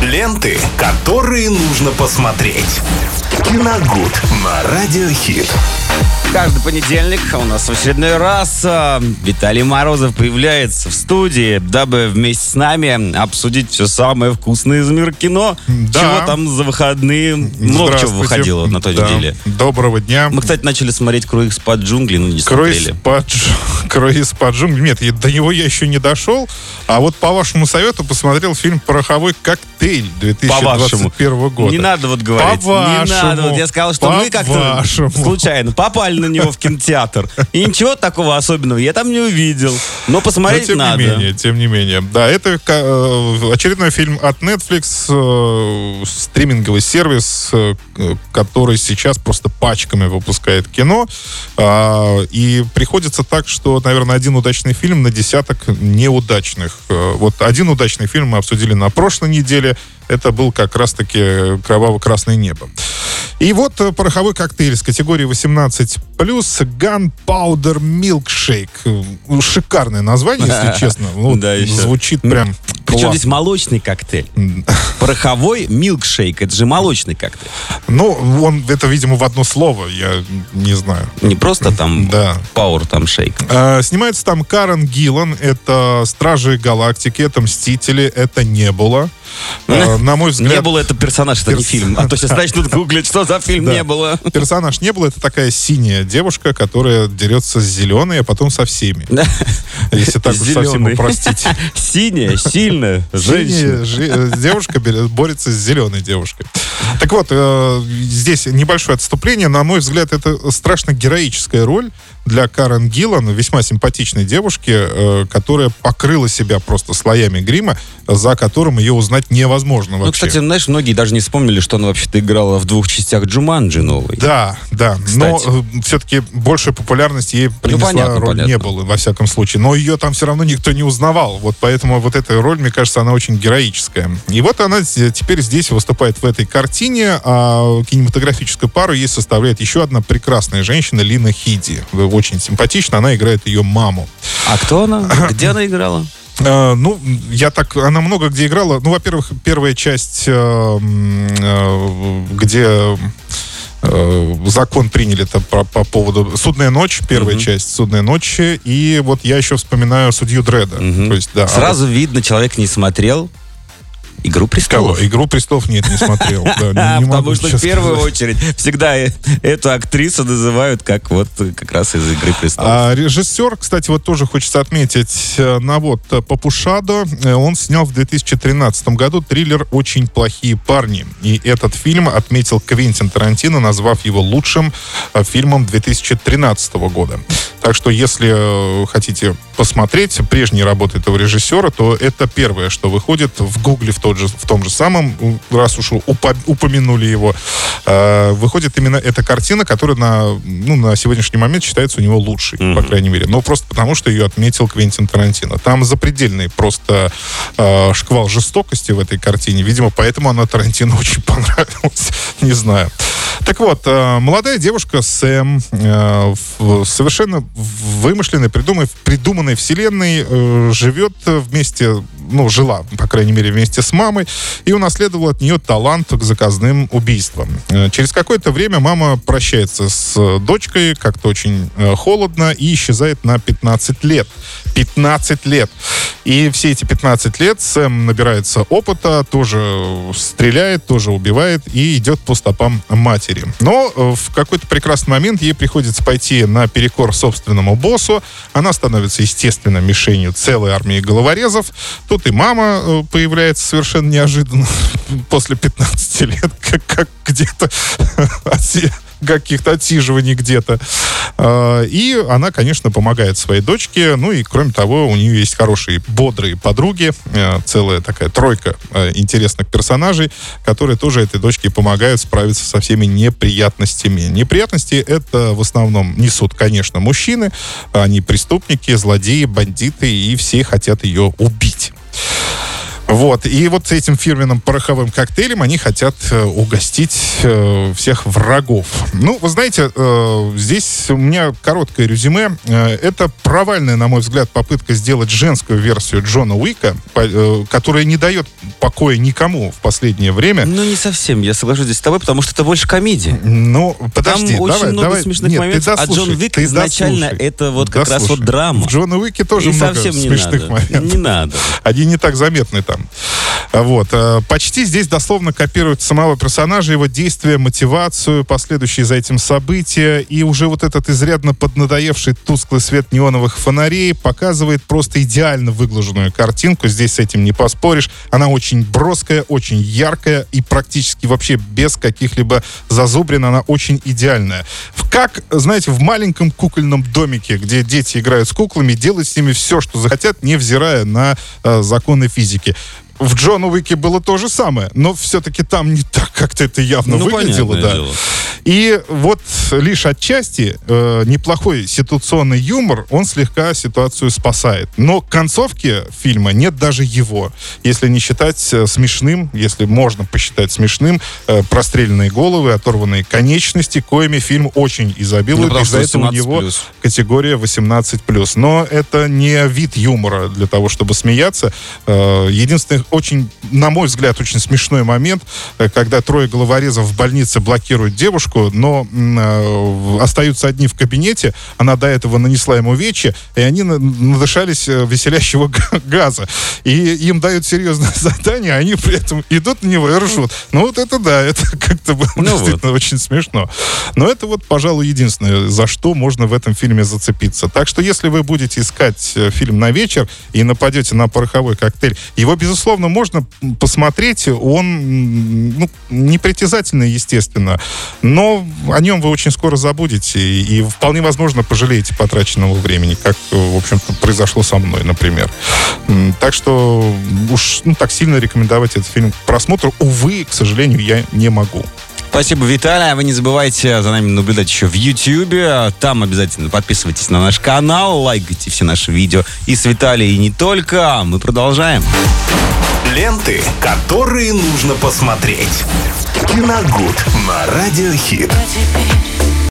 Ленты, которые нужно посмотреть. Киногуд на Радиохит. Каждый понедельник у нас в очередной раз Виталий Морозов появляется в студии, дабы вместе с нами обсудить все самое вкусное из мира кино. Да. Чего там за выходные? Много чего выходило на той неделе. Доброго дня. Мы, кстати, начали смотреть «Круиз под джунгли», но не смотрели. «Круиз под джунгли». Нет, до него я еще не дошел. А вот по вашему совету посмотрел фильм «Пороховой коктейль» 2021 года. Не надо вот говорить. По-вашему. Не надо. Вот я сказал, что мы как-то случайно попали на него в кинотеатр. И ничего такого особенного я там не увидел. Но посмотреть надо. Тем не менее. Да, это очередной фильм от Netflix, стриминговый сервис, который сейчас просто пачками выпускает кино. И приходится так, что, наверное, один удачный фильм на десяток неудачных. Вот один удачный фильм мы обсудили на прошлой неделе. Это был как раз-таки «Кроваво-красное небо». И вот пороховой коктейль с категории 18+, Gunpowder Milkshake. Шикарное название, если честно. Звучит прям Причем классно. здесь молочный коктейль. Пороховой милкшейк. Это же молочный коктейль. Ну, это, видимо, в одно слово, я не знаю. Не просто там пауэр, там шейк. Снимается там Карен Гиллан. Это «Стражи Галактики», это «Мстители», это «Небула». На мой взгляд... «Небула» — это персонаж, это не фильм. А то сейчас начнут гуглить, что за фильм «Небула». Персонаж «Небула» — это такая синяя девушка, которая дерется с зеленой, а потом со всеми. Если так уж совсем упростить. Синяя, сильная женщина. Девушка борется с зеленой девушкой. Так вот, здесь небольшое отступление. На мой взгляд, это страшно героическая роль для Карен Гиллан, весьма симпатичной девушки, которая покрыла себя просто слоями грима, за которым ее узнать невозможно вообще. Ну, кстати, знаешь, многие даже не вспомнили, что она вообще-то играла в 2 частях «Джуманджи» новой. Да. Кстати. Но все-таки большая популярность ей принесла роль «Небулы», во всяком случае. Но ее там все равно никто не узнавал. Вот поэтому вот эта роль, мне кажется, она очень героическая. И вот она теперь здесь выступает в этой картине, а кинематографическую пару ей составляет еще одна прекрасная женщина, Лина Хиди. Очень симпатична, она играет ее маму. А кто она? Где она играла? Она много где играла. Ну, во-первых, первая часть, где закон приняли по поводу «Судная ночь», первая часть «Судная ночь», и вот я еще вспоминаю «Судью Дредда». То есть, Сразу видно, человек не смотрел «Игру престолов». «Игру престолов» нет, не смотрел. Потому что в первую очередь всегда эту актрису называют как раз из «Игры престолов». А режиссер, кстати, вот тоже хочется отметить, Навод Папушадо. Он снял в 2013 году триллер «Очень плохие парни». И этот фильм отметил Квентин Тарантино, назвав его лучшим фильмом 2013 года. Так что, если хотите посмотреть прежние работы этого режиссера, то это первое, что выходит в Гугле в том же самом, раз уж упомянули его, выходит именно эта картина, которая на сегодняшний момент считается у него лучшей, по крайней мере. Но просто потому, что ее отметил Квентин Тарантино. Там запредельный просто шквал жестокости в этой картине. Видимо, поэтому она Тарантино очень понравилась. Не знаю. Так вот, молодая девушка Сэм в совершенно вымышленной, придуманной вселенной живет вместе, жила, по крайней мере, вместе с мамой, и унаследовала от нее талант к заказным убийствам. Через какое-то время мама прощается с дочкой, как-то очень холодно, и исчезает на 15 лет. 15 лет! И все эти 15 лет Сэм набирается опыта, тоже стреляет, тоже убивает и идет по стопам матери. Но в какой-то прекрасный момент ей приходится пойти наперекор собственному боссу. Она становится, естественно, мишенью целой армии головорезов. Тут и мама появляется совершенно неожиданно после 15 лет, как где-то каких-то отсиживаний где-то. И она, конечно, помогает своей дочке. Ну и, кроме того, у нее есть хорошие, бодрые подруги. Целая такая тройка интересных персонажей, которые тоже этой дочке помогают справиться со всеми неприятностями. Неприятности это в основном несут, конечно, мужчины. Они преступники, злодеи, бандиты, и все хотят ее убить. Вот. И вот этим фирменным пороховым коктейлем они хотят угостить всех врагов. Ну, вы знаете, здесь у меня короткое резюме. Это провальная, на мой взгляд, попытка сделать женскую версию Джона Уика, которая не дает покоя никому в последнее время. Ну, не совсем. Я соглашусь здесь с тобой, потому что это больше комедия. Ну, подожди, там очень много смешных моментов, а Джон Уик изначально это вот как раз вот драма. В Джона Уике тоже и много совсем смешных моментов. Не надо. Они не так заметны там. Вот. Почти здесь дословно копируют самого персонажа, его действия, мотивацию, последующие за этим события. И уже вот этот изрядно поднадоевший тусклый свет неоновых фонарей показывает просто идеально выглаженную картинку. Здесь с этим не поспоришь. Она очень броская, очень яркая и практически вообще без каких-либо зазубрин. Она очень идеальная. Как, знаете, в маленьком кукольном домике, где дети играют с куклами, делать с ними все, что захотят, невзирая на законы физики. В Джона Уике было то же самое, но все-таки там не так как-то это явно выглядело. Да. Дело. И вот лишь отчасти неплохой ситуационный юмор, он слегка ситуацию спасает. Но к концовке фильма нет даже его. Если не считать смешным, если можно посчитать смешным, простреленные головы, оторванные конечности, коими фильм очень изобилует. Из-за этого у него категория 18+. Но это не вид юмора для того, чтобы смеяться. Единственный очень, на мой взгляд, очень смешной момент, когда трое головорезов в больнице блокируют девушку, но остаются одни в кабинете, она до этого нанесла ему увечья, и они надышались веселящего газа. И им дают серьезное задание, а они при этом идут на него и ржут. Ну вот это да, это как-то было действительно очень смешно. Но это вот, пожалуй, единственное, за что можно в этом фильме зацепиться. Так что если вы будете искать фильм на вечер и нападете на пороховой коктейль, его, безусловно, можно посмотреть. Он непритязательный, естественно, но о нем вы очень скоро забудете и вполне возможно пожалеете потраченного времени, как, в общем-то, произошло со мной, например. Так что уж так сильно рекомендовать этот фильм к просмотру, увы, к сожалению, я не могу. Спасибо, Виталий. А вы не забывайте за нами наблюдать еще в YouTube. Там обязательно подписывайтесь на наш канал, лайкайте все наши видео. И с Виталием, и не только. Мы продолжаем. Ленты, которые нужно посмотреть. Киногуд на Радио Хит.